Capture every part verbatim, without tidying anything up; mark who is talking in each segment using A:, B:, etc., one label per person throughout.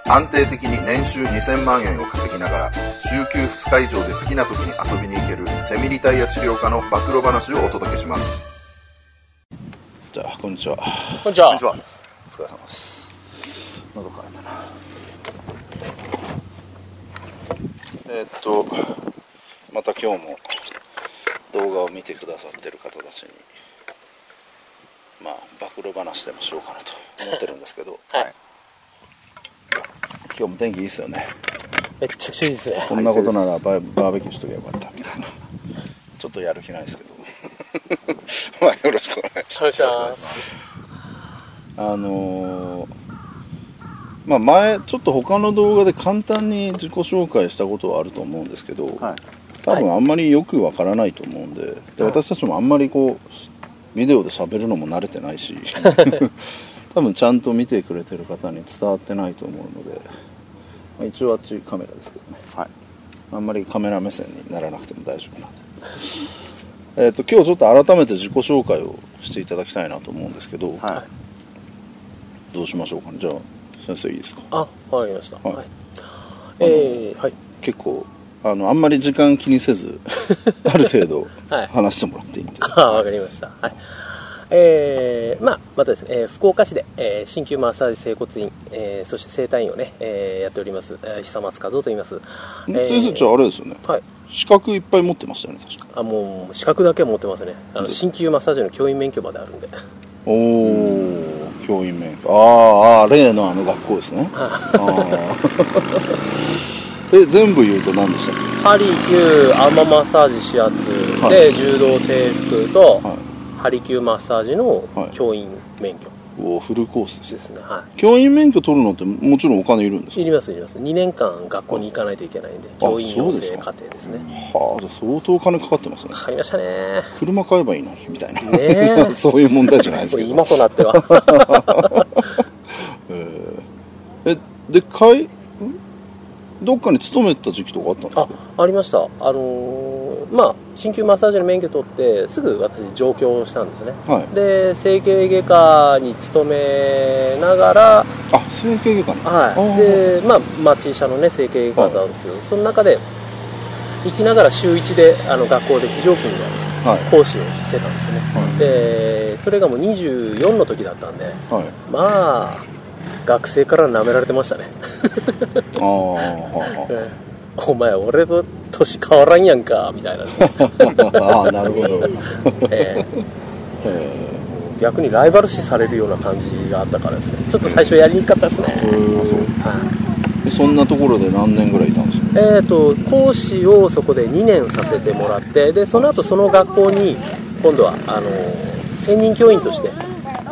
A: 安定的に年収にせんまんえんを稼ぎながら週休ふつか以上で好きな時に遊びに行けるセミリタイヤ治療科の暴露話をお届けします。じゃあこんにちは。
B: こんにちは。
A: お疲れ様です。喉乾いたな。えー、っとまた今日も動画を見てくださってる方たちにまあ暴露話でもしようかなと思ってるんですけど、はい、今日も天気いいですよね。
B: めっちゃくちゃいいですね。
A: こんなことならバー、バーベキューしときゃよかったみたいな。ちょっとやる気ないですけどまあよろしくお願いします。あのー、まあ前ちょっと他の動画で簡単に自己紹介したことはあると思うんですけど、はい、多分あんまりよくわからないと思うんで、で私たちもあんまりこうビデオで喋るのも慣れてないし多分ちゃんと見てくれてる方に伝わってないと思うので、まあ、一応あっちカメラですけどね、はい、あんまりカメラ目線にならなくても大丈夫なんでえーと今日ちょっと改めて自己紹介をしていただきたいなと思うんですけど、はい、どうしましょうかね。じゃあ先生いいですか。
B: あ、わかりました。はい、えー、はい、
A: 結構あのあんまり時間気にせずある程度話してもらっていいんで、
B: はい、あ、わかりました。はい、えー、まあまたですね、えー、福岡市で、えー、鍼灸マッサージ整骨院、えー、そして整体院をね、えー、やっております、えー、久松和夫と言います。
A: 先生、じゃああれですよね、はい、資格いっぱい持ってましたよね。確かあ
B: もう資格だけは持ってますね。あの鍼灸マッサージの教員免許まであるんで。
A: おお、教員免許。ああ、例のあの学校ですねあえ全部言うと何でしたっけ。
B: ハリキュー、アーママッサージ指圧、はい、で柔道整復と、はい、ハリキューマッサージの教員免許、はい、
A: おフルコースです
B: ですね。はい、
A: 教員免許取るのってもちろんお金いるんですか。
B: いりますいります。にねんかん学校に行かないといけないんで、教員養成課程ですね。
A: はあ、じゃあ相当お金かかってますね。
B: かかりましたね。
A: 車買えばいいのにみたいな
B: ね
A: そういう問題じゃないですけど
B: 今となっては
A: えー、えで買いどっかに勤めた時期とかあったんですか。
B: あ、ありました。あのー、まあ鍼灸マッサージの免許取ってすぐ私上京したんですね、はい、で整形外科に勤めながら、
A: あ、整形外科
B: ね、はい、でまあ町医者のね整形外科なんですよ、はい、その中で行きながら週いちであの学校で非常勤で講師をしてたんですね、はい、でそれがもうにじゅうよんの時だったんで、はい、まあ学生から舐められてましたねあお前俺と年変わらんやんかみたいなですね
A: ああなるほど、
B: えーえー、逆にライバル視されるような感じがあったからですね、ちょっと最初やりにくかったですね。
A: はい、そんなところで何年ぐらいいたんですか。
B: えーと講師をそこでにねんさせてもらって、でその後その学校に今度はあの専任教員として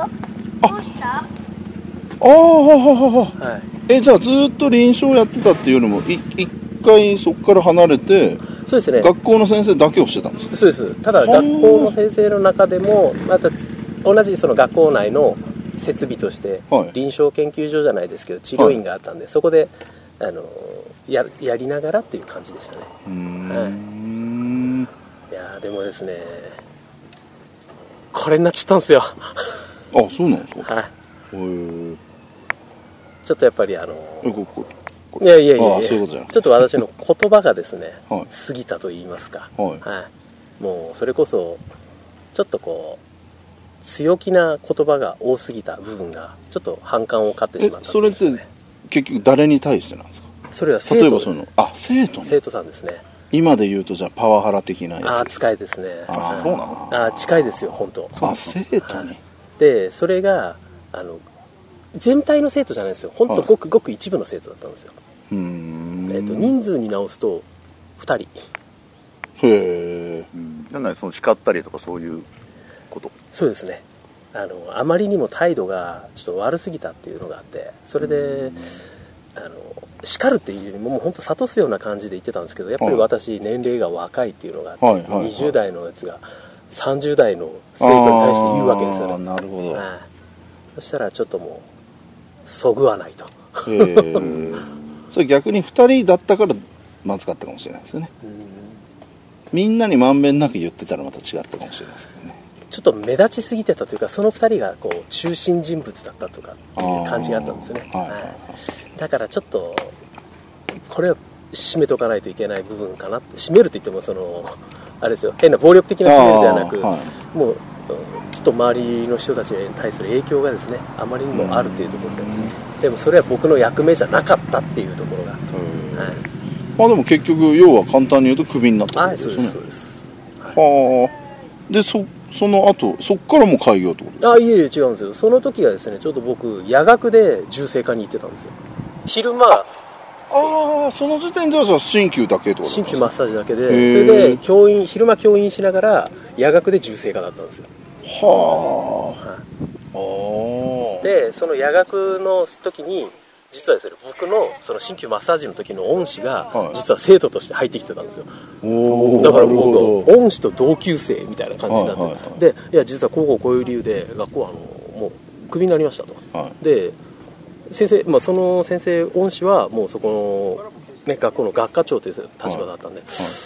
A: ああ、はい、えじゃあずっと臨床やってたっていうのもい一回そこから離れて、
B: そうですね、
A: 学校の先生だけをしてたんですか。
B: そうです。ただ学校の先生の中でもまた同じその学校内の設備として臨床研究所じゃないですけど治療院があったんで、はい、そこであの や, やりながらっていう感じでしたね。うーん、はい、いやでもですねこれになっちゃったんですよあ、
A: そうなんですか。はい、へー、
B: ちょっとやっぱりあの
A: えここ
B: いやいやいやいや、ちょっと私の言葉がですね、はい、過ぎたと言いますか、はいはい、もうそれこそちょっとこう強気な言葉が多すぎた部分がちょっと反感を買ってしまった、ね、
A: それって結局誰に対してなんですか。
B: それは生徒、
A: 例えばそのあ生徒、ね、
B: 生徒さんですね。
A: 今で言うとじゃあパワハラ的なやつですか。
B: あ扱いですね。
A: あそうなの。
B: あ近いですよ本当。
A: あ生徒に、
B: はい、でそれがあの全体の生徒じゃないですよ。本当ごくごく一部の生徒だったんですよ。うーん、えーと、人数に直すとふたり。へ
A: え。
C: なんならその叱ったりとかそういうこと。
B: そうですね。あのあまりにも態度がちょっと悪すぎたっていうのがあって、それであの叱るっていうよりももう本当諭すような感じで言ってたんですけど、やっぱり私年齢が若いっていうのがあって、はいはいはい、にじゅう代のやつがさんじゅう代の生徒に対して言うわけですよね。
A: なるほど。
B: はい、そしたらちょっともうそぐわないと。
A: へえ。それ逆にふたりだったからまずかったかもしれないですよね。うん、みんなにまんべんなく言ってたらまた違ったかもしれないですけどね。
B: ちょっと目立ちすぎてたというか、そのふたりがこう中心人物だったとかっていう感じがあったんですよね。はいはいはい、 だからちょっとこれを締めとかないといけない部分かなって。締めるって言ってもそのあれですよ、変な暴力的な締めるではなく、はい、もうちょっと周りの人たちに対する影響がですねあまりにもあるというところで、うん、でもそれは僕の役目じゃなかったっていうところが、うんはい、
A: まあでも結局要は簡単に言うとクビになったってことですね。はい、そうです、そうです。はあ。でそその後そっからも開業ってことですか？
B: あ、いえいえ違うんですよ。その時はですねちょっと僕夜学で銃声科に行ってたんですよ。昼間あ
A: あ、その時点ではじゃあ鍼灸だけってことですか？
B: 鍼灸マッサージだけで、それで教員昼間教員しながら夜学で銃声科だったんですよ。はあ、はい、でその夜学の時に実はですね僕のその鍼灸マッサージの時の恩師が実は生徒として入ってきてたんですよ、はい、だから僕恩師と同級生みたいな感じになって、はいはいはい、でいや実はこうこうこういう理由で学校はあのもうクビになりましたと、はい、で先生、まあ、その先生恩師はもうそこの、ね、学校の学科長という立場だったんで、はいはい、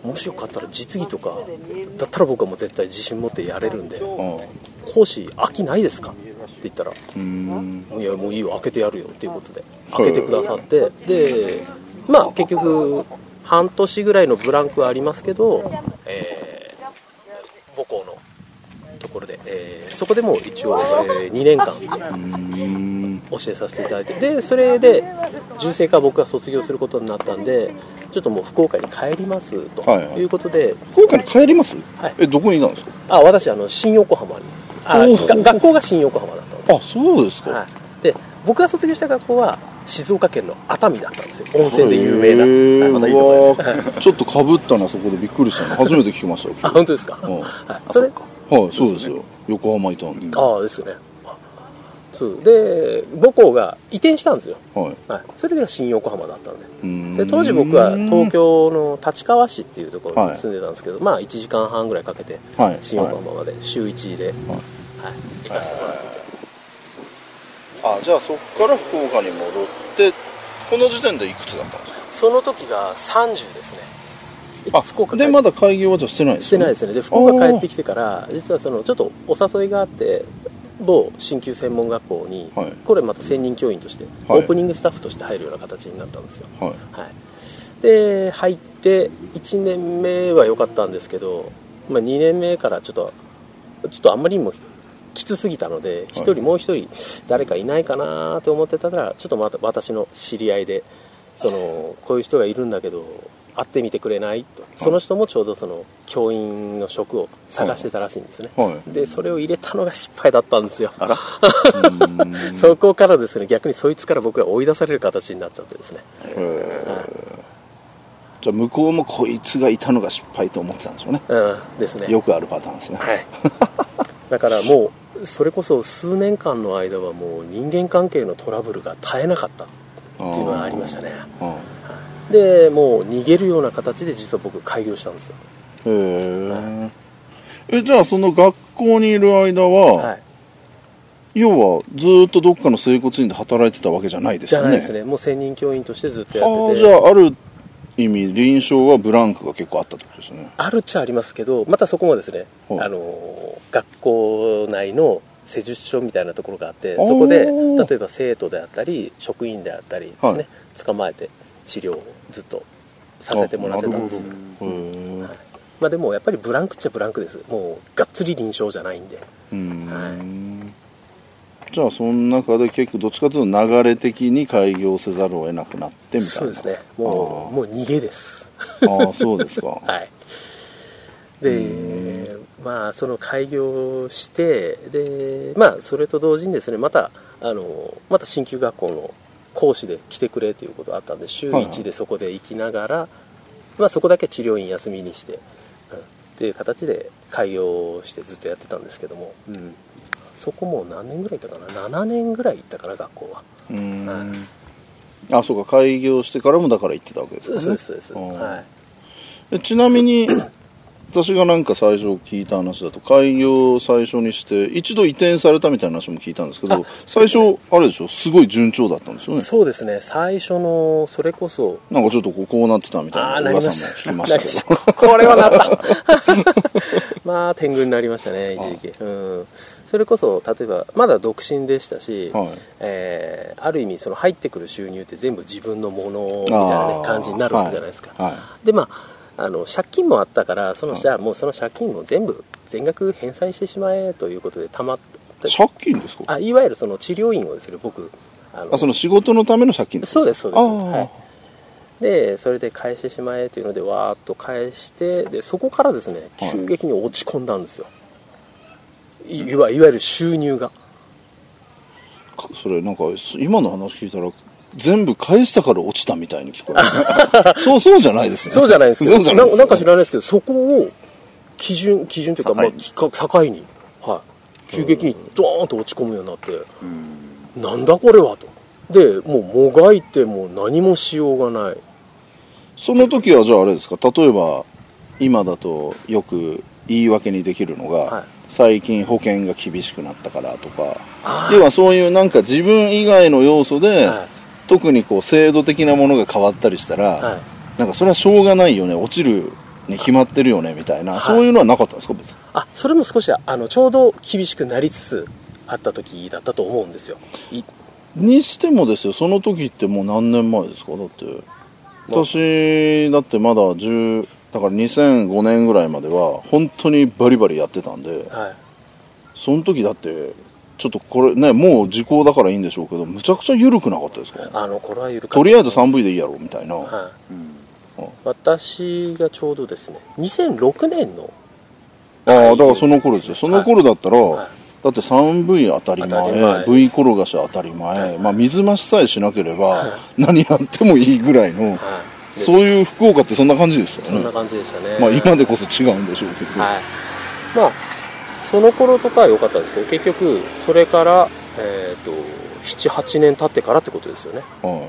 B: もしよかったら実技とかだったら僕はもう絶対自信持ってやれるんで、はい、講師空きないですかって言ったら、うーんいやもういいよ開けてやるよっていうことで開けてくださって、でまあ結局半年ぐらいのブランクはありますけど、えー、母校のところで、えー、そこでも一応、えー、にねんかん教えさせていただいて、でそれで銃声科僕が卒業することになったんでちょっともう福岡に帰りますということで、はいはい、
A: 福岡に帰ります？はい、えどこにいたんですか？
B: あ私あの新横浜にあ学校が新横浜だったんです。
A: あそうですか、
B: はい、で僕が卒業した学校は静岡県の熱海だったんですよ。温泉で有名な、はい、またいいところちょっと
A: かぶったなそこでびっくりしたの初めて聞きましたよ。
B: あ本当ですか、うんはい、それ
A: はい、そうですよ。横浜いたんで。
B: ああですね。そうで母校が移転したんですよ。はい。はい、それで新横浜だったんで。で当時僕は東京の立川市っていうところに住んでたんですけど、はい、まあいちじかんはんぐらいかけて新横浜まで週いちで、はいはい、行かせてもらってて。
A: あじゃあそこから福岡に戻ってこの時点でいくつだったんですか？
B: その時がさんじゅうですね。
A: あ福岡でまだ開業はじゃしてないですね。
B: してないですね。で福岡帰ってきてから実はそのちょっとお誘いがあって某鍼灸専門学校に、はい、これまた専任教員として、はい、オープニングスタッフとして入るような形になったんですよ、はいはい、で入っていちねんめは良かったんですけど、まあ、にねんめからちょっとちょっとあんまりにもきつすぎたので一、はい、人もう一人誰かいないかなと思ってたらちょっとまた私の知り合いでそのこういう人がいるんだけど会ってみてくれないと、はい、その人もちょうどその教員の職を探してたらしいんですね、はい、でそれを入れたのが失敗だったんですよ。あらそこからですね逆にそいつから僕が追い出される形になっちゃってですね、はい、
A: じゃあ向こうもこいつがいたのが失敗と思ってたんでしょうね、うん、ですねよくあるパターンですね、はい、
B: だからもうそれこそ数年間の間はもう人間関係のトラブルが絶えなかったっていうのはありましたね。でもう逃げるような形で実は僕開業したんですよ。へー、
A: はい、えじゃあその学校にいる間は、はい、要はずっとどっかの整骨院で働いてたわけじゃないですよね。
B: じゃないですね。もう専任教員としてずっとやってて。
A: あじゃあある意味臨床はブランクが結構あったってことですね。
B: あるっちゃありますけどまたそこもですね、はい、あの学校内の施術所みたいなところがあってそこで例えば生徒であったり職員であったりですね、はい、捕まえて治療をずっとさせてもらってたんですよ、はいまあ、でもやっぱりブランクっちゃブランクです。もうがっつり臨床じゃないんで。うーん、
A: はい、じゃあその中で結構どっちかというと流れ的に開業せざるを得なくなってみたいな。
B: そうですね。もうもう逃げです。
A: ああそうですか。
B: はいでまあその開業してでまあそれと同時にですねまたあのまた鍼灸学校の講師で来てくれということがあったんで週いちでそこで行きながら、はいはいまあ、そこだけ治療院休みにして、うん、っていう形で開業してずっとやってたんですけども、うん、そこも何年ぐらい行ったかなななねんぐらい行ったかな学校は。うーん、はい、
A: あそうか開業してからもだから行ってたわけですかね。
B: そうですそうです、はい、
A: ちなみに私がなんか最初聞いた話だと開業を最初にして一度移転されたみたいな話も聞いたんですけど、最初あれでしょ、すごい順調だったんですよね。
B: そうですね、最初のそれこそ
A: なんかちょっとこうこうなってたみたいな噂も聞きましたけど、
B: これはなったまあ天狗になりましたね一時期。うん、それこそ例えばまだ独身でしたし、はい、えー、ある意味その入ってくる収入って全部自分のものみたいな、ね、感じになるわけじゃないですか。はいはい、でまああの借金もあったからその、じゃあもうその借金を全部全額返済してしまえということでたまった
A: 借金ですか。
B: あ、いわゆるその治療院をですね、僕
A: あのあその仕事のための借金ですか。
B: そうですそうです、はい、でそれで返してしまえというのでわーっと返して、でそこからですね急激に落ち込んだんですよ、はい、い, わいわゆる収入が。
A: それなんか今の話聞いたら全部返したから落ちたみたいに聞こえるそうそうじゃないですよね。
B: そうじゃないですけど、な, なんか知らないですけど、そこを基準基準というか、まあ、境に、はい、急激にドーンと落ち込むようになって、うん、なんだこれはと。でもうもがいても何もしようがない。
A: その時はじゃああれですか、例えば今だとよく言い訳にできるのが、はい、最近保険が厳しくなったからとか、要はそういうなんか自分以外の要素で、はい、特にこう制度的なものが変わったりしたら、はい、なんかそれはしょうがないよね、落ちるに決まってるよねみたいな、はい、そういうのはなかったんですか別に。
B: あ、それも少しあのちょうど厳しくなりつつあった時だったと思うんですよ。
A: にしてもですよ、その時ってもう何年前ですか。だって私だってまだじゅうだからにせんごねんぐらいまでは本当にバリバリやってたんで、はい、その時だってちょっとこれね、もう時効だからいいんでしょうけど、むちゃくちゃ緩くなかったですか。
B: あの頃は緩かった。
A: とりあえず スリーブイ でいいやろみたいな、はい、
B: うん、私がちょうどですねにせんろくねんの、
A: ああだからその頃ですよ。その頃だったら、はいはい、だって スリーブイ 当たり前、V 転がし当たり前、はい、まあ水増しさえしなければ、はい、何やってもいいぐらいの、はい、そういう福岡ってそんな感じでしたよね。
B: そんな感じでしたね。
A: まあ今でこそ違うんでしょうけど、はい、
B: まあその頃とかは良かったんですけど、結局それから、えー、とななはちねん経ってからってことですよね、はい、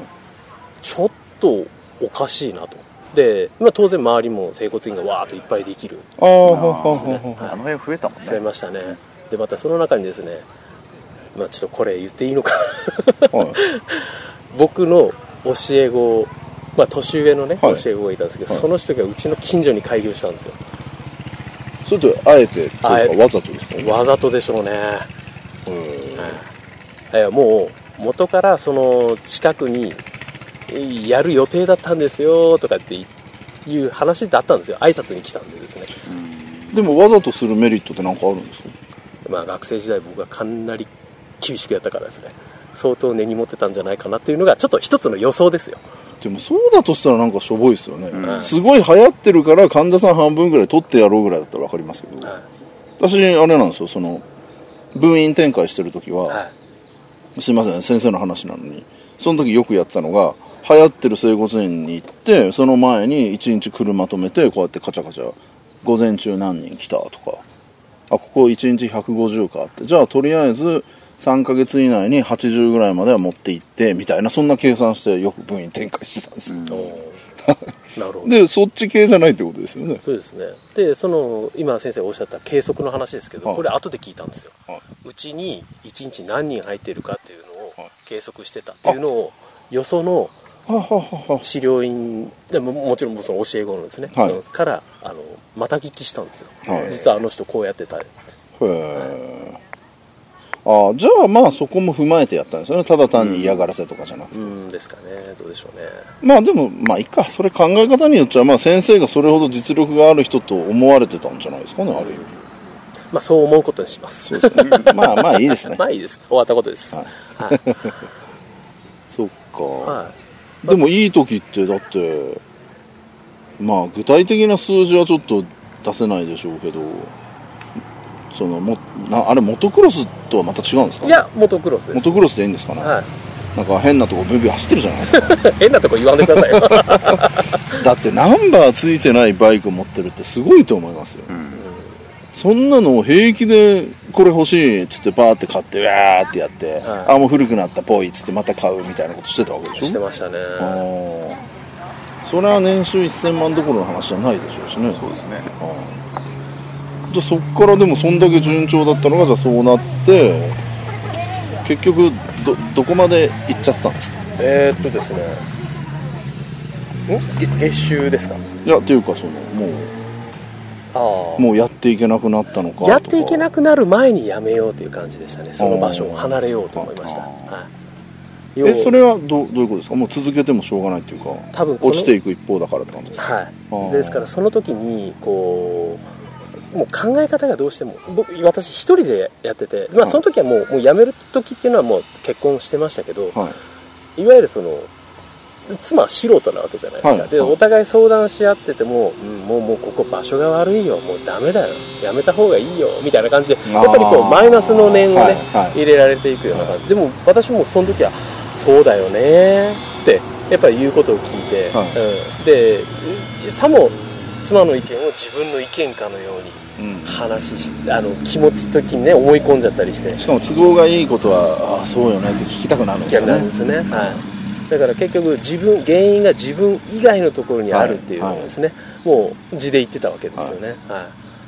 B: ちょっとおかしいなと。で、まあ、当然周りも整骨院がわーっといっぱいできる、
A: あ、ね、
C: あの辺増えたもんね。
B: 増えましたね。でまたその中にですね、まあ、ちょっとこれ言っていいのかな、はい、僕の教え子、まあ、年上のね、はい、教え子がいたんですけど、はい、その人がうちの近所に開業したんですよ。
A: それとあえてというかわざとですか、ね、
B: わざとでしょうね。うん、いやもう元からその近くにやる予定だったんですよとかっていう話だったんですよ。挨拶に来たんでですね。
A: うん、でもわざとするメリットって何かあるんですか。
B: まあ学生時代僕がかなり厳しくやったからですね、相当根に持ってたんじゃないかなっていうのがちょっと一つの予想ですよ。
A: でもそうだとしたらなんかしょぼいですよね、うん、すごい流行ってるから患者さん半分ぐらい取ってやろうぐらいだったら分かりますけど、はい、私あれなんですよ、その分院展開してる時は、はい、すいません先生の話なのに、その時よくやったのが流行ってる整骨院に行って、その前にいちにち車止めてこうやってカチャカチャ午前中何人来たとか、あここいちにちひゃくごじゅうかって、じゃあとりあえずさんかげつ以内にはちじゅうぐらいまでは持って行ってみたいな、そんな計算してよく分院展開してたんですよ。
B: なるほど。
A: でそっち系じゃないってことですよね。
B: そうですね。でその今先生がおっしゃった計測の話ですけど、はい、これ後で聞いたんですよ、はい、うちにいちにち何人入っているかっていうのを計測してたっていうのをよその治療院でももちろんその教え子のですね、はい、からあのまた聞きしたんですよ、はい、実はあの人こうやってた。へえ、はい、
A: あじゃあまあそこも踏まえてやったんですよね。ただ単に嫌がらせとかじゃなくて、うん、
B: うんですかね。どうでしょうね。
A: まあでもまあいいか、それ考え方によっちゃまあ先生がそれほど実力がある人と思われてたんじゃないですかね、ある意味。
B: まあそう思うことにします。
A: そうですねまあまあいいですね
B: まあいいです、終わったことです、はいはい、
A: そっか、はい、でもいい時ってだってまあ具体的な数字はちょっと出せないでしょうけど、そのもなあれモトクロスとはまた違うんですか、ね、
B: いやモトクロスです。
A: モトクロスでいいんですかね、はい、なんか変なとこブンブン走ってるじゃないですか
B: 変なとこ言わんでくださいよ
A: だってナンバーついてないバイク持ってるってすごいと思いますよ、うん、そんなのを平気でこれ欲しいっつってパーって買ってわーってやって、はい、あもう古くなったぽいっつってまた買うみたいなことしてたわけでしょ。
B: してましたね。
A: あそれは年収せんまんどころの話じゃないでしょうしね。
C: そうですね。
A: じゃあそっからでもそんだけ順調だったのがじゃあそうなって結局 ど, どこまで行っちゃったんですか？
B: えー、っとですねん月収ですか？
A: いやっていうかそのもうあもうやっていけなくなったのかとか。
B: やっていけなくなる前にやめようという感じでしたね。その場所を離れようと思いました。はい、
A: えそれは ど, どういうことですか？もう続けてもしょうがないっていうか
B: 多分
A: 落ちていく一方だからって感じですか？
B: はい。ですからその時にこうもう考え方がどうしても僕私一人でやってて、まあ、その時はもう、はい、もう辞める時っていうのはもう結婚してましたけど、はい、いわゆるその妻は素人なわけじゃないですか、はい、でお互い相談し合ってても、うん、もうもうここ場所が悪いよもうダメだよやめた方がいいよみたいな感じでやっぱりこうマイナスの念をね、はいはい、入れられていくような感じ、はい、でも私もその時はそうだよねってやっぱり言うことを聞いて、はい、うん、でさも妻の意見を自分の意見かのように話し、うん、あの気持ち的にね思い込んじゃったりして、
A: しかも都合がいいことはああそうよねって聞きたくなるんですよね。
B: なんですよね、はい、だから結局自分原因が自分以外のところにあるっていうのをですね、はいはい、もう字で言ってたわけですよね、はいはい、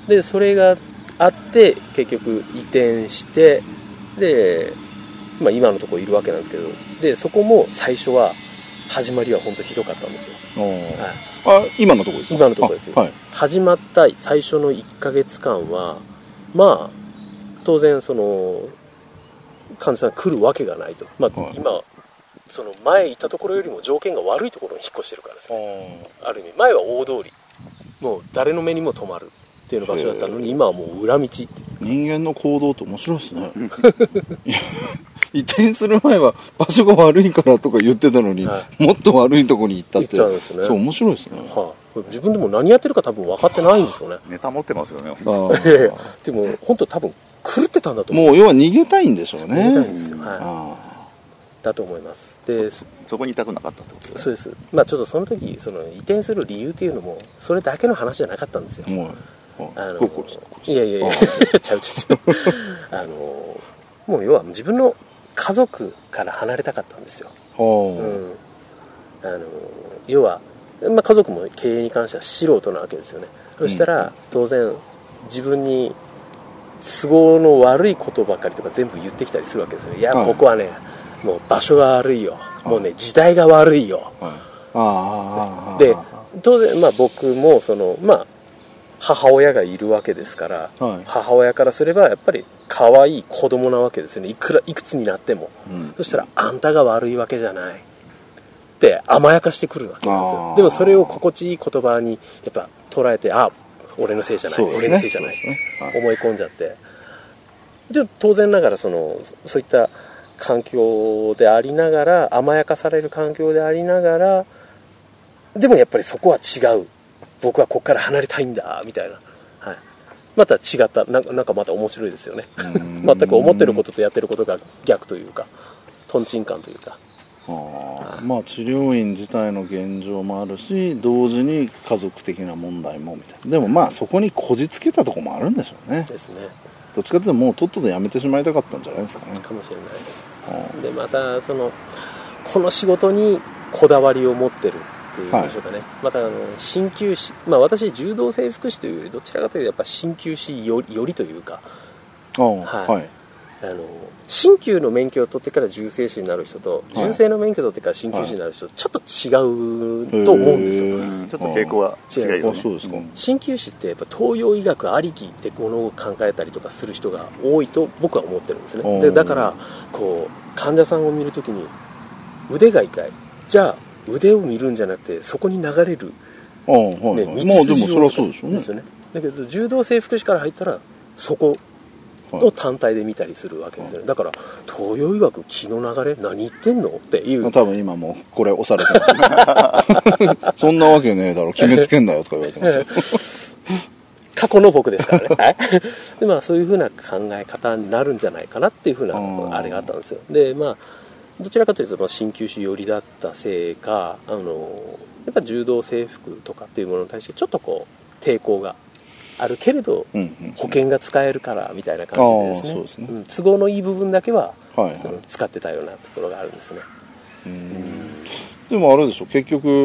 B: でそれがあって結局移転してで、まあ、今のところいるわけなんですけどでそこも最初は始まりは本当ひどかったんですよ、
A: はい、あ今のところですか？
B: 今のところですよ、はい、始まった最初のいっかげつかんはまあ当然その患者さん来るわけがないと、まあ、はい、今その前いたところよりも条件が悪いところに引っ越してるからですね。ある意味前は大通りもう誰の目にも留まるっていう場所だったのに今はもう裏道って。
A: 人間の行動って面白いですね移転する前は場所が悪いからとか言ってたのに、はい、もっと悪いところに行ったって、
B: 行っちゃうんですね。
A: そう面白いですね、
B: はあ、自分でも何やってるか多分分かってないんでしょうね。
C: ネタ持ってますよね。
B: あでも本当多分狂ってたんだと思う。
A: もう要は逃げたいんでしょうね。
B: 逃げたいんですよ、はい、あだと思います。で そ,
C: そこにいたくなかったってことですね。
B: そうです。まあちょっとその時その移転する理由っていうのもそれだけの話じゃなかったんですよ。もうあのいやいやいやちゃうちゃうあのもう要は自分の家族から離れたかったんですよ、うん、あの要は、まあ、家族も経営に関しては素人なわけですよね。そしたら当然自分に都合の悪いことばかりとか全部言ってきたりするわけですよ。いや、はい、ここはねもう場所が悪いよ、もうね時代が悪いよ、はい、あで当然、まあ、僕もそのまあ母親がいるわけですから、はい、母親からすればやっぱり可愛い子供なわけですよね。いくらいくつになっても、うん、そしたらあんたが悪いわけじゃないって甘やかしてくるわけなんですよ。でもそれを心地いい言葉にやっぱ捉えてあ俺のせいじゃない、ね、俺のせいじゃない、ねはい、思い込んじゃってで当然ながらそのそういった環境でありながら甘やかされる環境でありながらでもやっぱりそこは違う僕はここから離れたいんだみたいな、はい、また違ったな ん, なんかまた面白いですよね全く思ってることとやってることが逆というかトンチンカンというか
A: あまあ治療院自体の現状もあるし同時に家族的な問題もみたいなでもまあそこにこじつけたところもあるんでしょうね。
B: ですね。
A: どっちかというともうとっととやめてしまいたかったんじゃないですかね。
B: かもしれないです。でまたそのこの仕事にこだわりを持ってるっていうんでしょうかね、はい、またあの鍼灸師、まあ、私柔道整復師というよりどちらかというとやっぱ鍼灸師よ り, よりというか、はいはい、あの鍼灸の免許を取ってから重整師になる人と重整の免許を取ってから鍼灸師になる人、はい、ちょっと違うと思うんですよ、
C: はい、ちょっと傾向は違いますね。
B: 鍼灸師ってやっぱ東洋医学ありきでものを考えたりとかする人が多いと僕は思ってるんですね。でだからこう患者さんを見るときに腕が痛いじゃあ腕を見るんじゃなくてそこに流れる、
A: ああはいはいね、道筋を、まあ、でもそりゃそうでしょうね。ですよね。だ
B: けど柔道整復師から入ったらそこを単体で見たりするわけですよね、はい、だから東洋医学気の流れ何言ってんのっていう、
A: 多分今もうこれ押されてますねそんなわけねえだろ決めつけんなよとか言われてますよ
B: 過去の僕ですからね、はい、でまあそういう風な考え方になるんじゃないかなっていう風なあれがあったんですよ。でまあどちらかというと鍼灸師寄りだったせいかあのやっぱ柔道整復とかっていうものに対してちょっとこう抵抗があるけれど、うんうんうん、保険が使えるからみたいな感じでですね、そうですね、うん、都合のいい部分だけは、はいはいうん、使ってたようなところがあるんですね。
A: うんでもあれでしょ結局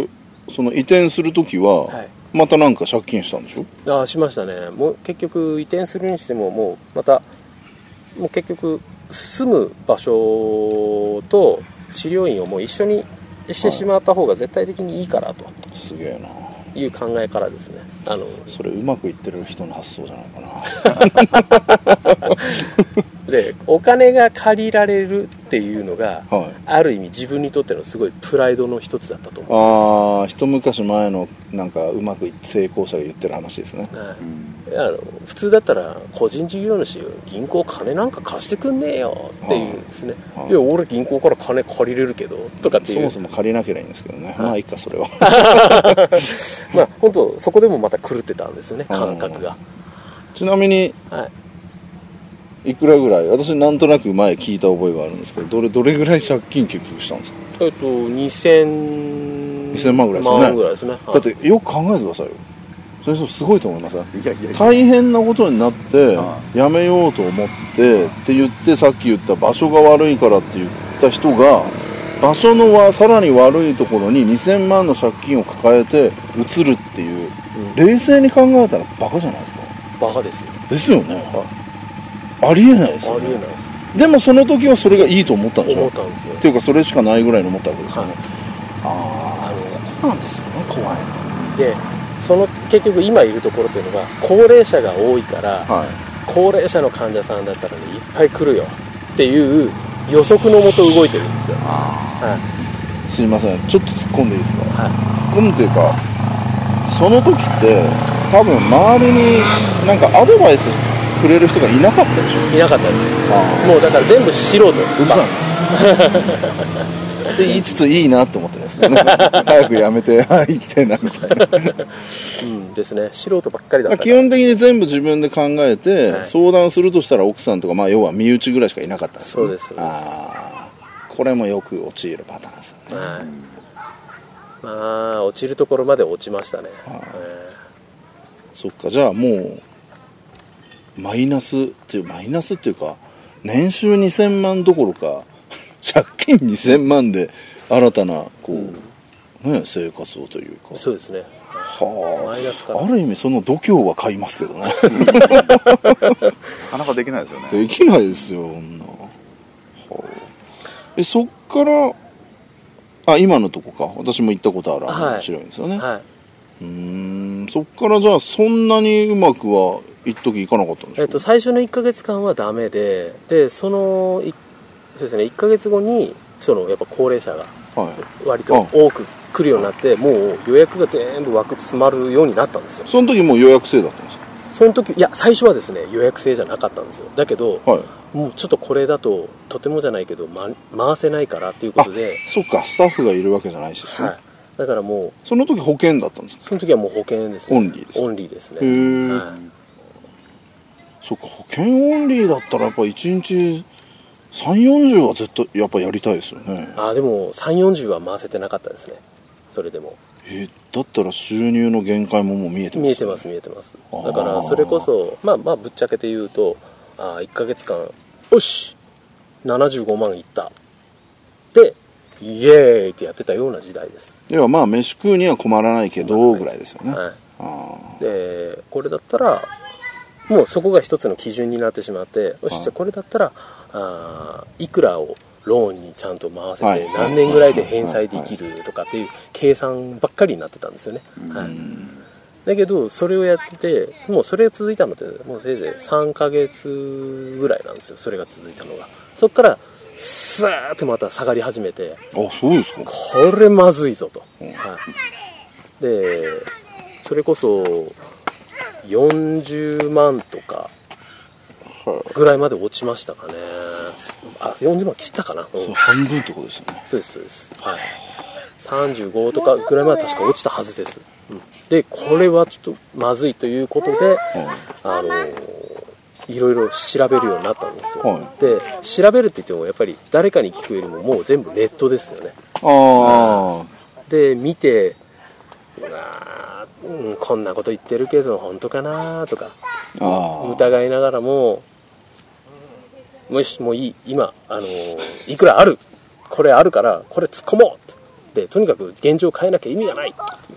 A: その移転するときは、はい、またなんか借金したんでしょ？
B: ああ、しましたね。もう結局移転するにしてももうまたもう結局住む場所と治療院をもう一緒にしてしまった方が絶対的にいいからと、はい、
A: すげえな
B: いう考えからですね。あの
A: それうまくいってる人の発想じゃないかな
B: でお金が借りられるっていうのが、
A: はい、あ
B: る意味自分にとってのすごいプライドの一つだったと思
A: う。ああ、一昔前のなんかうまく成功者が言ってる話ですね、
B: はい、うん、あの普通だったら個人事業主銀行金なんか貸してくんねえよっていうんですね、はいはい、いや俺銀行から金借りれるけどとかっていう、
A: そもそも借りなきゃいいんですけどね、はい、まあいいかそれは
B: まあ本当そこでもまた狂ってたんですよね、感覚が。
A: ちなみに、はい、いくらぐらい、私なんとなく前聞いた覚えがあるんですけど、どれどれぐらい借金結局したんですか？
B: えっとにせん
A: まんぐらいですよね。
B: 万ぐらいですね、はい、
A: だってよく考えてくださいよ。それすごいと思いません？い
C: やいやいや、
A: 大変なことになってやめようと思ってって言って、さっき言った場所が悪いからって言った人が場所のはさらに悪いところににせんまんの借金を抱えて移るっていう、うん、冷静に考えたらバカじゃないですか。
B: バカですよ。
A: ですよね、はい、ありえないですよね。
B: ありえないです。
A: でもその時はそれがいいと思ったんでしょ？
B: 思ったんですよ。
A: っていうかそれしかないぐらいに思ったわけですよね、はい、
B: ああ、
A: そうなんですよね、怖いな。
B: でその結局今いるところっていうのが高齢者が多いから、はい、高齢者の患者さんだったらねいっぱい来るよっていう予測のもと動いてるんですよ。あ、
A: はい、すいません、ちょっと突っ込んでいいですか？
B: はい、
A: 突っ込むというか、その時って多分周りになんかアドバイスくれる人がいなかったでしょ？
B: いなかったです。もうだから全部素人。うるさい
A: って言いつついいなって思ってるんですけどね早くやめて生きてえなみたいな
B: うんですね、素人ばっかりだったから
A: 基本的に全部自分で考えて、はい、相談するとしたら奥さんとか、まあ、要は身内ぐらいしかいなかったんですよ、ね、
B: そうです。
A: あこれもよく陥るパターンですよね、はい、
B: まあ落ちるところまで落ちましたね、は
A: えー、そっか。じゃあもうマイナスっていうマイナスっていうか年収にせんまんどころか借金にせんまんで新たなこう、うんね、生活をというか。
B: そうですね。
A: はあ、マイナスからある意味その度胸は買いますけどねな
C: かなかできないですよね。
A: できないですよ、女はあ、えそっからあ今のとこか、私も行ったことある面白いんですよね、はいはい、うーん、そっからじゃあそんなにうまくは一時いかなかったんでしょうか？
B: えっと、最初のいっかげつかんはダメで、でそのそうですね、いっかげつごにそのやっぱ高齢者が割と多く来るようになって、はい、もう予約が全部枠詰まるようになったんですよ。
A: その時もう予約制だったんですか？
B: その時いや最初はですね予約制じゃなかったんですよ。だけど、はい、もうちょっとこれだととてもじゃないけど、ま、回せないからっていうことで。
A: そっか、スタッフがいるわけじゃないしですね、はい、
B: だからもう
A: その時保険だったんですか？
B: その時はもう保険ですね。
A: オンリーですか？
B: オンリーですね。
A: へー、はい、そっか、保険オンリーだったらやっぱいちにちさんじゅうよんじゅうは絶対やっぱやりたいですよね。
B: あでもさんじゅうよんじゅうは回せてなかったですね。それでも
A: えー、だったら収入の限界ももう見えてます、ね、
B: 見えてます見えてます。だからそれこそまあまあぶっちゃけて言うと、あいっかげつかんよしななじゅうごまんいったでイエーイってやってたような時代です。
A: ではまあ飯食うには困らないけどぐらいですよね、はい、
B: あでこれだったらもうそこが一つの基準になってしまって、よしじゃあこれだったらあいくらをローンにちゃんと回せて何年ぐらいで返済できるとかっていう計算ばっかりになってたんですよね、はい、だけどそれをやっててもうそれが続いたのってもうせいぜいさんかげつぐらいなんですよ。それが続いたのがそっからスーッとまた下がり始めて、
A: あそうですか、
B: これまずいぞと、はい、でそれこそよんじゅうまんとかぐらいまで落ちましたかね。あよんじゅうまん切ったかな、
A: うん、半分ってことですよね。
B: そうですそうです、はい、さんじゅうごとかぐらいまで確か落ちたはずです、うん、でこれはちょっとまずいということで、うん、あのー、いろいろ調べるようになったんですよ、はい、で調べるって言ってもやっぱり誰かに聞くよりももう全部ネットですよね。あで見てあ、うん、こんなこと言ってるけど本当かなとか疑いながらももしもういい今、あのー、いくらあるこれあるからこれ突っ込もうってとにかく現状を変えなきゃ意味がないっていう。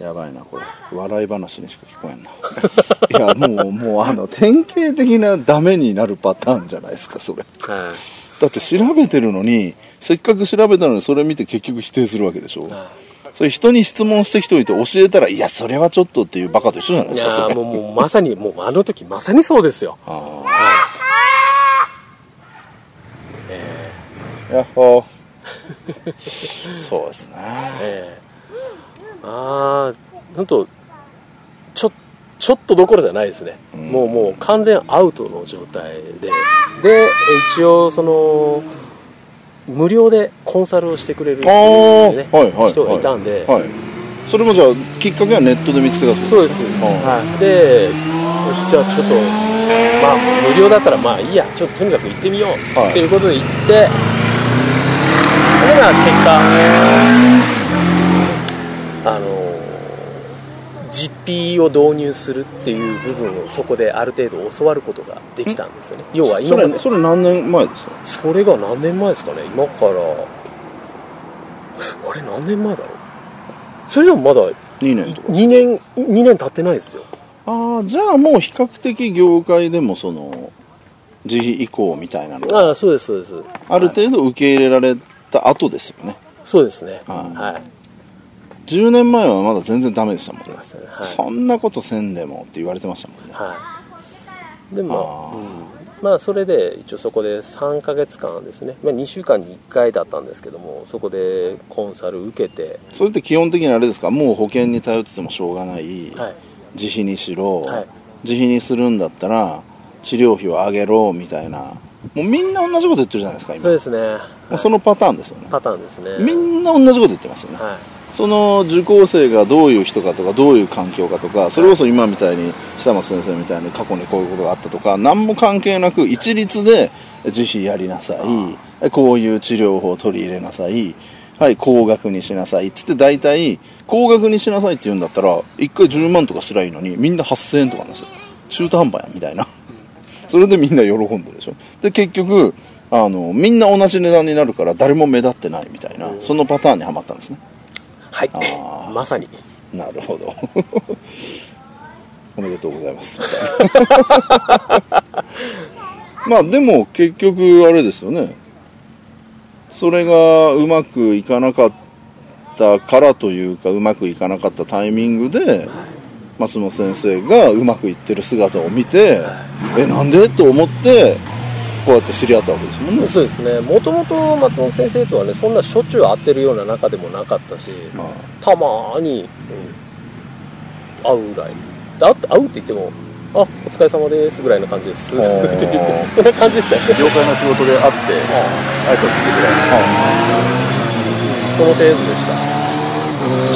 A: やばいなこれ、笑い話にしか聞こえんないやもうもうあの典型的なダメになるパターンじゃないですかそれ、
B: はい、
A: だって調べてるのに、せっかく調べたのにそれ見て結局否定するわけでしょ、はい、それ人に質問してきておいて教えたら、いやそれはちょっとっていうバカと一緒じゃないですか。
B: いや
A: それ
B: もうもうまさにもうあの時まさにそうですよ。あ、はい、
A: えー、やっほーそうですね、
B: えー、ああ本当ちょちょっとどころじゃないですね、うん、もうもう完全アウトの状態で、で一応その無料でコンサルをしてくれるっていう、ね、はいはいはい、人がいたんで、はい、
A: それもじゃあきっかけはネットで見つけたってことですか？
B: そうです、はい、でよしじゃあちょっとまあ無料だったらまあいいや、ちょっととにかく行ってみよう、はい、っていうことで行って、それが結果あの実費を導入するっていう部分をそこである程度教わることができたんですよね。要は今まで
A: それ、それ何年前ですか？
B: それが何年前ですかね。今からあれ何年前だろう。それでもまだ
A: にねんとか
B: にねんにねん経ってないですよ。
A: ああ、じゃあもう比較的業界でもその自費移行みたいなのが、
B: ああそうですそうです、
A: ある程度受け入れられた後ですよね。
B: そうですね、
A: はい、じゅうねんまえはまだ全然ダメでしたもんね、はい、そんなことせんでもって言われてましたもんね、はい、
B: でもあ、うん、まあそれで一応そこでさんかげつかんですね、まあ、にしゅうかんにいっかいだったんですけども、そこでコンサル受けて、
A: それって基本的にあれですか、もう保険に頼っててもしょうがない、はい、自費にしろ、はい、自費にするんだったら治療費を上げろみたいな、もうみんな同じこと言ってるじゃないですか今。
B: そうですね、はい、
A: もうそのパターンですよね。
B: パターンですね。
A: みんな同じこと言ってますよね、はい、その受講生がどういう人かとかどういう環境かとか、それこそ今みたいに久松先生みたいに過去にこういうことがあったとか何も関係なく一律で自費やりなさい、こういう治療法を取り入れなさい、はい、高額にしなさいっつって、大体高額にしなさいって言うんだったらいっかいじゅうまんとかすりゃいいのにみんなはっせんえんとかなんですよ。中途半端やみたいなそれでみんな喜んでるでしょ。で結局あのみんな同じ値段になるから誰も目立ってないみたいな、そのパターンにはまったんですね。
B: はい、あまさに。
A: なるほどおめでとうございますまあでも結局あれですよね、それがうまくいかなかったからというか、うまくいかなかったタイミングで松本先生がうまくいってる姿を見て、えなんでと思ってこうやって知り合ったわけですもんね。
B: そうですね。もともと松本先生とはね、そんなしょっちゅう会ってるような仲でもなかったし、まあ、たまーに、うん、会うぐらい。会うって言っても、あ、お疲れ様ですぐらいの感じです。そんな感じでしたよね。
C: 業界の仕事で会って、挨拶してくらい。
B: その程度でした。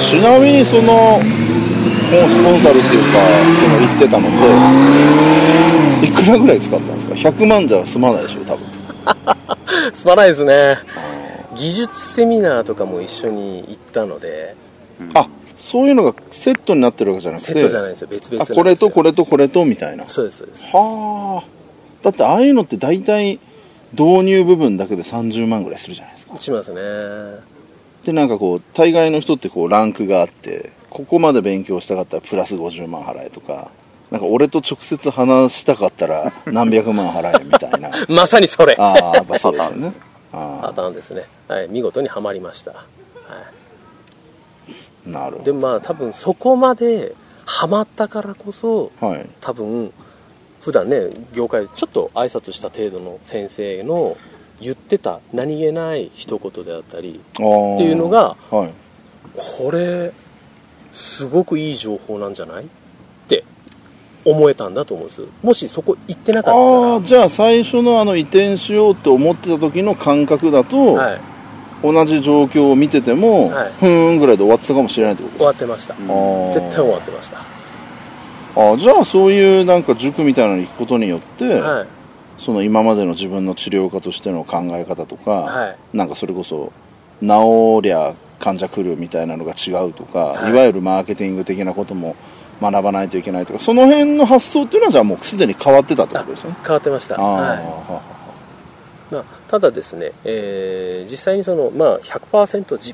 A: ちなみにそのコンサルっていうか、その言ってたのっていくらぐらい使ったんですか？ひゃくまんじゃ済まないでしょ多分
B: 済まないですね。技術セミナーとかも一緒に行ったので、
A: うん、あ、そういうのがセットになってるわけじゃなくて、
B: セットじゃないんですよ、別々なんですよ。
A: あ、これとこれとこれとみたいな。
B: そうですそうです。
A: はあ。だってああいうのって大体導入部分だけでさんじゅうまんぐらいするじゃないですか。
B: しますね。
A: でなんかこう大概の人ってこうランクがあって、ここまで勉強したかったらプラスごじゅうまん払えとか、なんか俺と直接話したかったら何百万払えみたいな
B: まさにそれ。
A: ああ、やっぱそうですよね。
B: パターンですね。はい、見事にはまりました。はい、
A: なるほど。
B: でまあ多分そこまではまったからこそ、はい、多分普段ね業界でちょっと挨拶した程度の先生の言ってた何気ない一言であったりっていうのが、はい、これすごくいい情報なんじゃないって思えたんだと思うんです。もしそこ行ってなかったら、
A: あ、じゃあ最初のあの移転しようって思ってた時の感覚だと、はい、同じ状況を見てても、はい、ふーんぐらいで終わってたかもしれないってことですか？
B: 終わってました。絶対終わってました。
A: あ、じゃあそういうなんか塾みたいなのに行くことによって、はい、その今までの自分の治療家としての考え方とか、はい、なんかそれこそ治りゃ患者来るみたいなのが違うとか、はい、いわゆるマーケティング的なことも学ばないといけないとか、その辺の発想っていうのはじゃあもうすでに変わってたってことですよね。
B: 変わってました。はい、まあ、ただですね、えー、実際にその、まあ、ひゃくパーセント 実費っ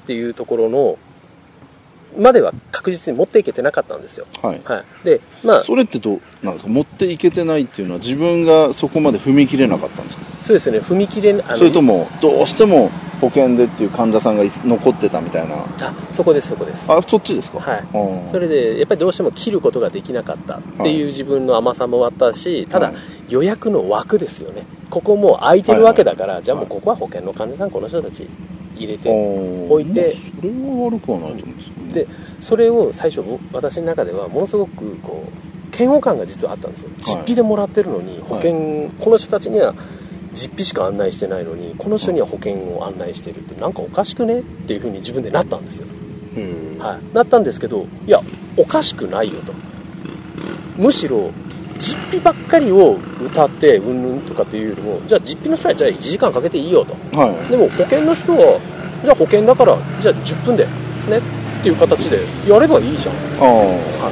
B: っていうところのまでは確実に持っていけてなかったんですよ。
A: はい。
B: はい、で、まあ、
A: それってどうなんですか？持っていけてないっていうのは自分がそこまで踏み切れなかったんですか？
B: そうですね、踏み切れあの
A: それともどうしても保険でっていう患者さんが残ってたみたいな。
B: あ、そこですそこです。
A: あ、そっちですか？
B: はい。それでやっぱりどうしても切ることができなかったっていう自分の甘さもあったし、ただ、はい、予約の枠ですよね。ここもう空いてるわけだから、はいはい、じゃあもうここは保険の患者さんこの人たち入れておいて、
A: それは悪くはないと思うんですよね。
B: でそれを最初私の中ではものすごくこう嫌悪感が実はあったんですよ。実費でもらってるのに保険、はい、この人たちには実費しか案内してないのにこの人には保険を案内してるってなんかおかしくねっていう風に自分でなったんですよ。はい、なったんですけど、いやおかしくないよと、むしろ実費ばっかりを歌ってうんぬんとかっていうよりも、じゃあ実費の人はじゃあいちじかんかけていいよと、はい、でも保険の人はじゃあ保険だからじゃあじゅっぷんでねっていう形でやればいいじゃん。あ、はい、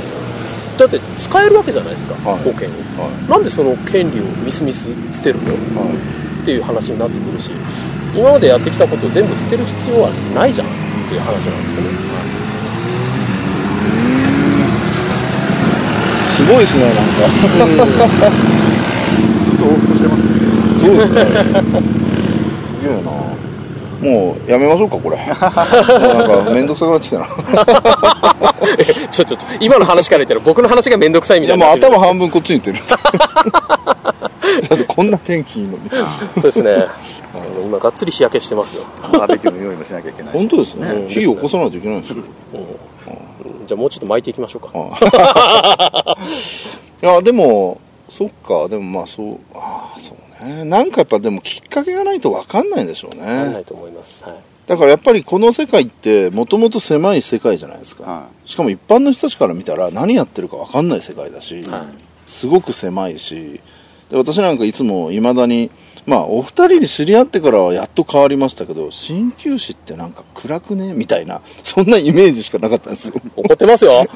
B: だって使えるわけじゃないですか、はい、保険を、はい、なんでその権利をみすみす捨てるの、はい、っていう話になってくるし、今までやってきたことを全部捨てる必要はないじゃんっていう話なんですよね。はい、
A: すごいですね、なんか
C: 往復してますね。
A: そうですね。すげえな。もうやめましょうかこれ。なんか面倒くさくなってきたな。
B: ちょちょちょ今の話から言ったら僕の話が面倒くさいみたいな。
A: いやもう頭半分こっちにいってる。だってこんな天気いいのに。
B: そうですね。今がっつり日焼けしてますよ。
C: バーベキューの用意もしなきゃいけない。
A: 本当ですね。うん、火を起こさないといけないんですよ。うんうん、
B: じゃあもうちょっと巻いていきましょうか。
A: いやでもそっか、でもまあそうあそうね、なんかやっぱでもきっかけがないと分かんないんでしょうね。分か
B: んないと思います。はい。
A: だからやっぱりこの世界ってもともと狭い世界じゃないですか、はい、しかも一般の人たちから見たら何やってるか分かんない世界だし、はい、すごく狭いし、で私なんかいつもいまだにまあお二人に知り合ってからはやっと変わりましたけど、鍼灸師ってなんか暗くねみたいな、そんなイメージしかなかったんですよ。
B: 怒ってますよ。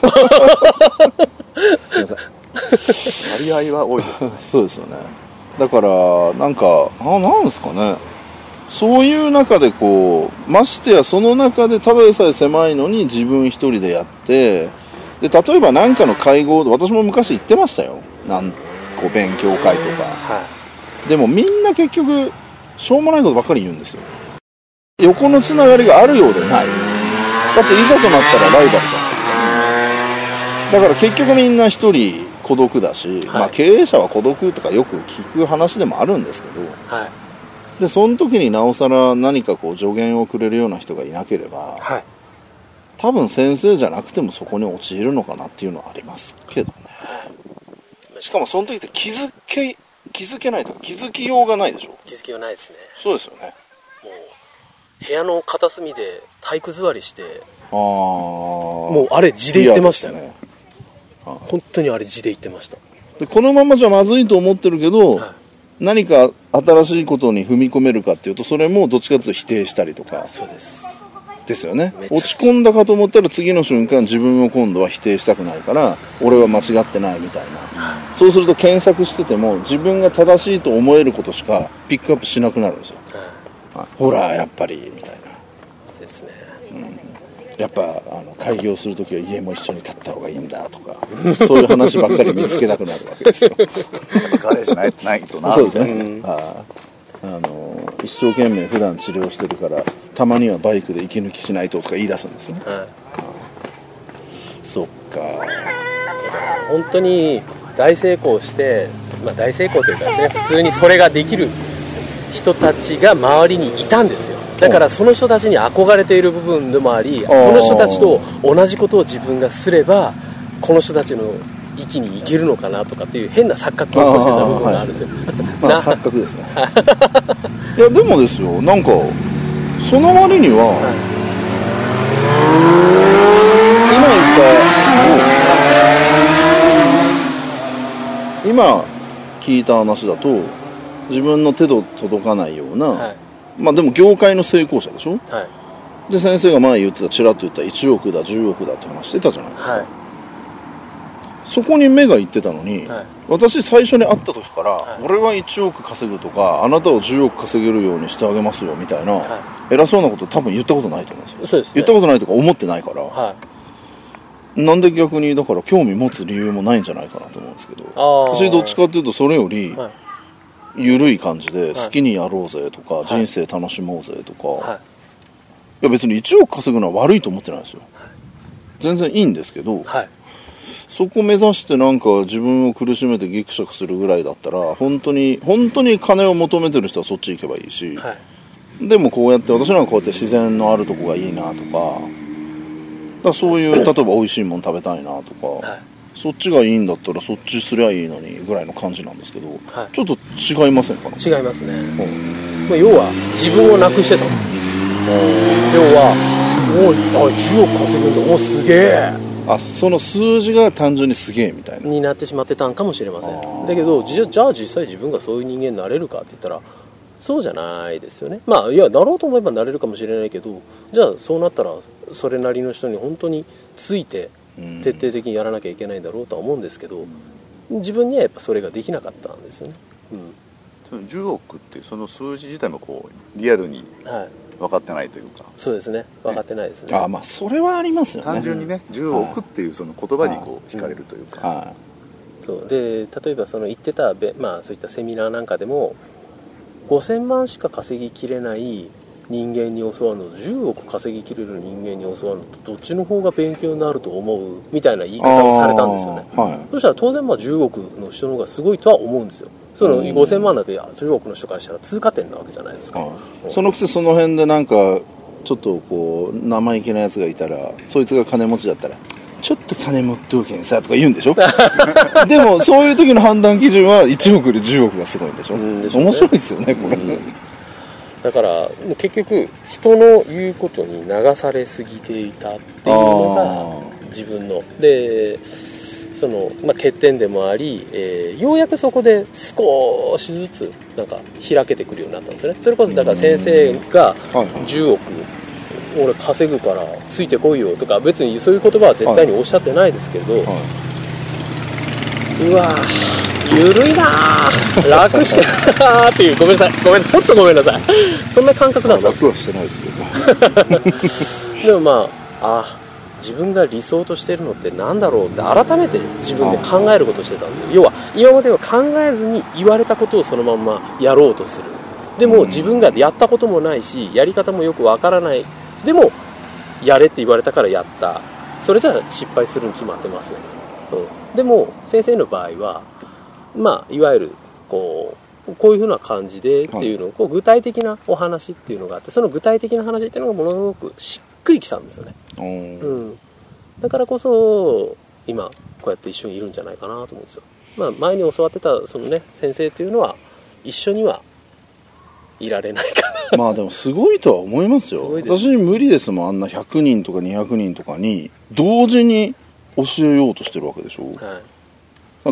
C: 割合は多いですね。
A: そうですよね。だからなんかあなんですかね、そういう中でこうましてやその中でただでさえ狭いのに自分一人でやって、で例えば何かの会合で私も昔行ってましたよ、なんこう勉強会とか、はい、でもみんな結局しょうもないことばっかり言うんですよ。横のつながりがあるようでない。だっていざとなったらライバルじゃないですか。だから結局みんな一人孤独だし、はい、まあ、経営者は孤独とかよく聞く話でもあるんですけど、はい、でその時になおさら何かこう助言をくれるような人がいなければ、はい、多分先生じゃなくてもそこに陥るのかなっていうのはありますけどね。しかもその時って気づけ気づけないとか気づきようがないでしょ。
B: 気づきようないですね。
A: そうですよね。
B: もう部屋の片隅で体育座りして、あもうあれ地で言ってましたよね。本当にあれ地で言ってました。
A: でこのままじゃまずいと思ってるけど、はい、何か新しいことに踏み込めるかっていうとそれもどっちかというと否定したりとか。
B: そうです
A: ですよね。落ち込んだかと思ったら次の瞬間自分を今度は否定したくないから俺は間違ってないみたいな、はい、そうすると検索してても自分が正しいと思えることしかピックアップしなくなるんですよ、はいはい、ほらやっぱりみたいな
B: ですね、
A: うん、やっぱあの開業するときは家も一緒に建った方がいいんだとかそういう話ばっかり見つけたくなるわけですよ。
C: 彼じゃないないとな。
A: そうですね、うん、ああの一生懸命普段治療してるからたまにはバイクで息抜きしないととか言い出すんですよね、はい、そっか。
B: 本当に大成功して、まあ、大成功というかですね、普通にそれができる人たちが周りにいたんですよ。だからその人たちに憧れている部分でもあり、その人たちと同じことを自分がすればこの人たちの域に行けるのかなとかっていう変な錯覚を起こしてた部分があるんですよ。
A: まあ錯覚ですね。いやでもですよ、なんかその割には、はい、今言った、今聞いた話だと自分の手の届かないような、はい、まあでも業界の成功者でしょ、はい、で先生が前言ってたちらっと言ったいちおくだじゅうおくだって話してたじゃないですか、はい、 そこに目がいってたのに、はい、私最初に会った時から、はい、俺はいちおく稼ぐとかあなたをじゅうおく稼げるようにしてあげますよみたいな、はい、偉そうなこと多分言ったことないと思うんですよ。
B: そうですね、
A: 言ったことないとか思ってないから、はい、なんで逆にだから興味持つ理由もないんじゃないかなと思うんですけど、私どっちかっていうとそれより、はい、緩い感じで好きにやろうぜとか、はい、人生楽しもうぜとか、はい、いや別にいちおく稼ぐのは悪いと思ってないですよ、はい、全然いいんですけど、はい、そこ目指してなんか自分を苦しめてギクシャクするぐらいだったら本当に本当に金を求めてる人はそっち行けばいいし、はい、でもこうやって私なんかこうやって自然のあるとこがいいなとか、だからそういう例えば美味しいもの食べたいなとか、はい、そっちがいいんだったらそっちすりゃいいのにぐらいの感じなんですけど、はい、ちょっと違いませんかね。
B: 違いますね、うんまあ、要は自分をなくしてたんです。要はおいじゅうおく稼ぐんだおすげえ、
A: あその数字が単純にすげえみたいな
B: になってしまってたんかもしれません。だけどじゃ、じゃあ実際自分がそういう人間になれるかって言ったらそうじゃないですよね。まあいやなろうと思えばなれるかもしれないけど、じゃあそうなったらそれなりの人に本当について徹底的にやらなきゃいけないんだろうとは思うんですけど、自分にはやっぱそれができなかったんですよね、うん、
C: そのじゅうおくっていうその数字自体もこうリアルに分かってないというか、はい、
B: そうですね分かってないですね。
A: あまあそれはありますよね。
C: 単純にねじゅうおくっていうその言葉にこう惹かれるというか、はいはい、
B: そうで例えばその言ってた、まあ、そういったセミナーなんかでもごせんまんしか稼ぎきれない人間に教わるのとじゅうおく稼ぎきれる人間に教わるのとどっちの方が勉強になると思うみたいな言い方をされたんですよね、はい、そしたら当然まあじゅうおくの人の方がすごいとは思うんですよ。そのごせんまんだってじゅうおくの人からしたら通過点なわけじゃないですか、
A: うん、そのくせその辺でなんかちょっとこう生意気なやつがいたらそいつが金持ちだったらちょっと金持っておけんさとか言うんでしょでもそういう時の判断基準はいちおくでじゅうおくがすごいんでしょ、うんでしょね、面白いですよねこれ、うん、
B: だから結局人の言うことに流されすぎていたっていうのが自分のでその、まあ、欠点でもあり、えー、ようやくそこで少しずつなんか開けてくるようになったんですね。それこそだから先生がじゅうおく俺稼ぐからついてこいよとか別にそういう言葉は絶対におっしゃってないですけど、はいはい、うわゆるいな楽してるなっていうごめんなさいごめんほんとごめんなさいそんな感覚だったんです。
A: 楽はしてないですけどで
B: もまああ自分が理想としているのって何だろうって改めて自分で考えることをしてたんですよ。要は今までは考えずに言われたことをそのまんまやろうとする。でも自分がやったこともないしやり方もよくわからない。でもやれって言われたからやった。それじゃあ失敗するに決まってますよね、うん、でも先生の場合はまあいわゆるこうこういう風な感じでっていうのをこう具体的なお話っていうのがあって、その具体的な話っていうのがものすごくしっくりきたんですよね、うん、だからこそ今こうやって一緒にいるんじゃないかなと思うんですよ。まあ、前に教わってたそのね先生っていうのは一緒にはいられないかな
A: まあでもすごいとは思いますよ。す私に無理ですもん。あんなひゃくにんとかにひゃくにんとかに同時に教えようとしてるわけでしょ、はい、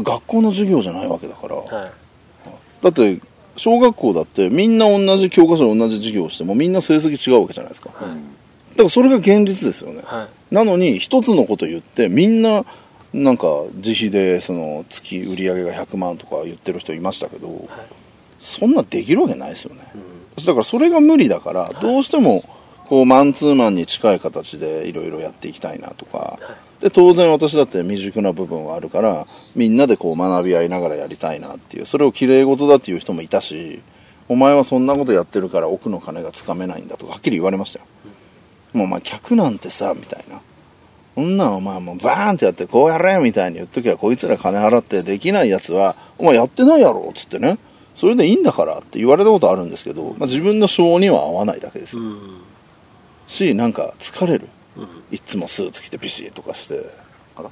A: 学校の授業じゃないわけだから、はい、だって小学校だってみんな同じ教科書同じ授業をしてもみんな成績違うわけじゃないですか、はい、だからそれが現実ですよね、はい、なのに一つのこと言ってみんななんか自費でその月売り上げがひゃくまんとか言ってる人いましたけど、はい、そんなできるわけないですよね、うん、だからそれが無理だからどうしてもこうマンツーマンに近い形でいろいろやっていきたいなとか、はい、で当然私だって未熟な部分はあるからみんなでこう学び合いながらやりたいなっていう、それをきれい事だっていう人もいたし、お前はそんなことやってるから奥の金がつかめないんだとかはっきり言われましたよ、うん、もうお前客なんてさみたいな、そんなんお前もうバーンってやってこうやれみたいに言っときゃこいつら金払ってできないやつはお前やってないやろっつってね、それでいいんだからって言われたことあるんですけど、まあ、自分の性には合わないだけですよ、うん、しなんか疲れる、うん、いつもスーツ着てビシッとかしてあ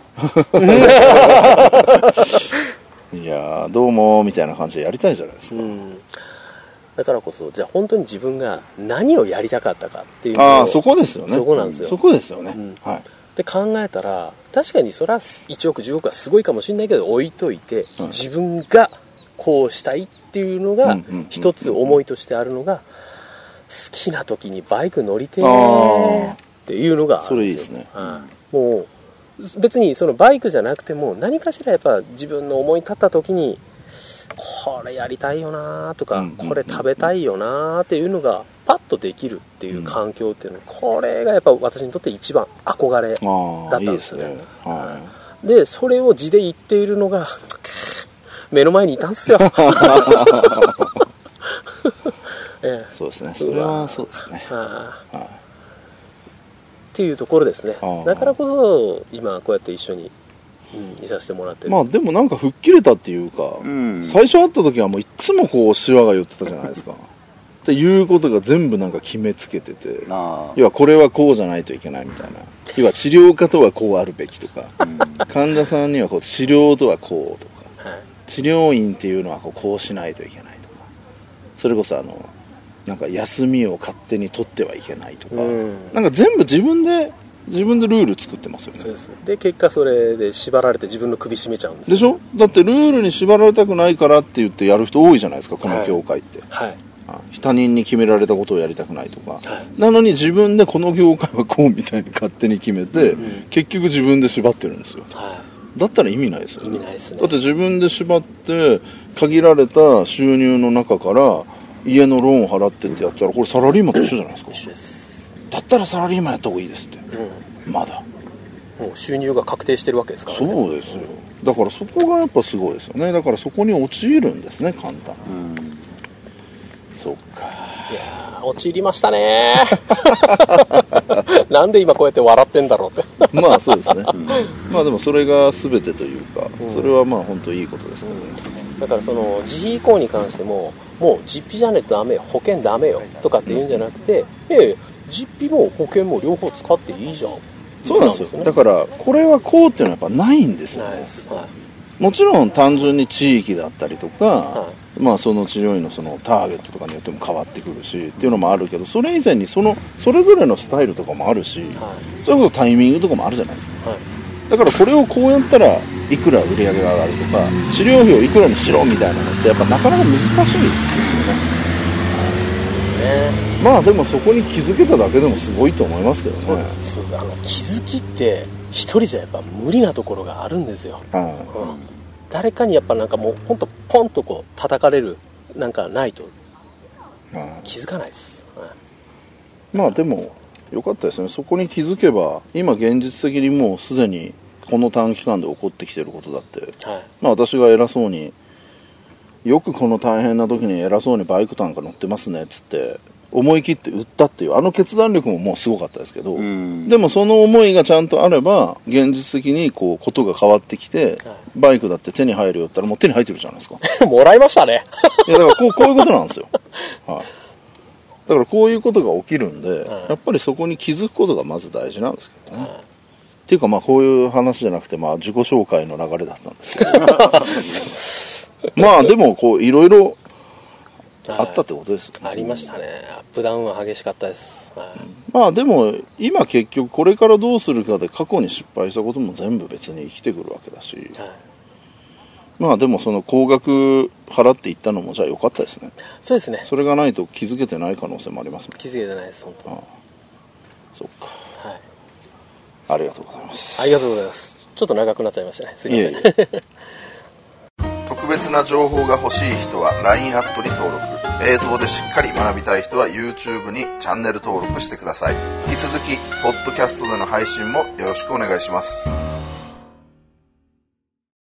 A: らいやどうもみたいな感じでやりたいじゃないですか、うん、
B: だからこそじゃあ本当に自分が何をやりたかったかっていうのを、
A: あそこですよね、
B: そこなんですよ、
A: そこですよね、
B: うんはい、で考えたら確かにそれはいちおくじゅうおくはすごいかもしれないけど置いといて、はい、自分がこうしたいっていうのが一つ思いとしてあるのが、好きな時にバイク乗りてーっていうのがあるんですよ。
A: それいいですね、
B: はい、もう別にそのバイクじゃなくても何かしらやっぱ自分の思い立った時にこれやりたいよなとか、うんうんうん、これ食べたいよなっていうのがパッとできるっていう環境っていうの、うん、これがやっぱ私にとって一番憧れだったんですね。いいですね、はい、でそれを字で言っているのが目の前にいたんですよ
A: ええ、そうですね、それはそうですね、は
B: あ、っていうところですね。だからこそ今こうやって一緒に、うん、いさせてもらってる。
A: まあでもなんか吹っ切れたっていうか、うん、最初会った時はもういつもこうシワが寄ってたじゃないですかっていうことが全部なんか決めつけてて、要はこれはこうじゃないといけないみたいな、要は治療家とはこうあるべきとか、うん、患者さんにはこう治療とはこうとか、はい、治療院っていうのはこう、こうしないといけないとか、それこそあのなんか休みを勝手に取ってはいけないとか、うん、なんか全部自分で自分でルール作ってますよね。
B: そうです。で結果それで縛られて自分の首絞めちゃうんですよ。
A: でしょ。だってルールに縛られたくないからって言ってやる人多いじゃないですか、この業界って、はいはい、他人に決められたことをやりたくないとか、はい、なのに自分でこの業界はこうみたいに勝手に決めて、うん、結局自分で縛ってるんですよ、はい、だったら意味ないですよね。
B: 意味ないですね。
A: だって自分で縛って限られた収入の中から家のローンを払ってってやったらこれサラリーマンと一緒じゃないですか。
B: 一緒です。
A: だったらサラリーマンやった方がいいですって、うん、まだ
B: もう収入が確定してるわけですからね。
A: そうですよ、うん、だからそこがやっぱすごいですよね。だからそこに陥るんですね、簡単、うん、そっか。
B: いやー陥りましたねなんで今こうやって笑ってんだろうって
A: まあそうですね、うん、まあでもそれが全てというか、うん、それはまあ本当いいことですからね、
B: うん、だからその自費移行に関してももう実費じゃねえとダメよ、保険ダメよとかって言うんじゃなくて、ええ実費も保険も両方使っていいじゃん。
A: そうなんですよ、ね、だからこれはこうっていうのはやっぱないんですよね。ないです、はい、もちろん単純に地域だったりとか、はい、まあその治療院のそのターゲットとかによっても変わってくるしっていうのもあるけど、それ以前にそのそれぞれのスタイルとかもあるし、はい、それこそタイミングとかもあるじゃないですか、はい、だからこれをこうやったらいくら売り上げが上がるとか治療費をいくらにしろみたいなのってやっぱなかなか難しいですよね。まあでもそこに気づけただけでもすごいと思いますけどね。
B: そうです。あの気づきって一人じゃやっぱ無理なところがあるんですよ、うん、誰かにやっぱなんかもうほんとポンとこう叩かれるなんかないと気づかないです、
A: うん、まあでもよかったですね。そこに気づけば今現実的にもうすでにこの短期間で起こってきてることだって、はい、まあ私が偉そうによくこの大変な時に偉そうにバイク単価乗ってますねっつって思い切って売ったっていうあの決断力ももうすごかったですけど、でもその思いがちゃんとあれば現実的にこうことが変わってきて、はい、バイクだって手に入るよったらもう手に入ってるじゃないですか
B: もらいましたね
A: いやだからこう、こういうことなんですよ、はい、だからこういうことが起きるんで、はい、やっぱりそこに気づくことがまず大事なんですけどね、はい、っていうかまあこういう話じゃなくてまあ自己紹介の流れだったんですけどまあでもこういろいろあったってことですよね。
B: ありましたね。アップダウンは激しかったです、はい、
A: まあでも今結局これからどうするかで過去に失敗したことも全部別に生きてくるわけだし、はい、まあでもその高額払っていったのもじゃあ良かったですね。
B: そうですね。
A: それがないと気づけてない可能性もありますもん。
B: 気づけてないです本当。ああ
A: そっか、はい、ありがとうございます。
B: ありがとうございます。ちょっと長くなっちゃいましたね。すいません。いえいえ
A: 特別な情報が欲しい人は ライン アットに登録、映像でしっかり学びたい人は YouTube にチャンネル登録してください。引き続きポッドキャストでの配信もよろしくお願いします。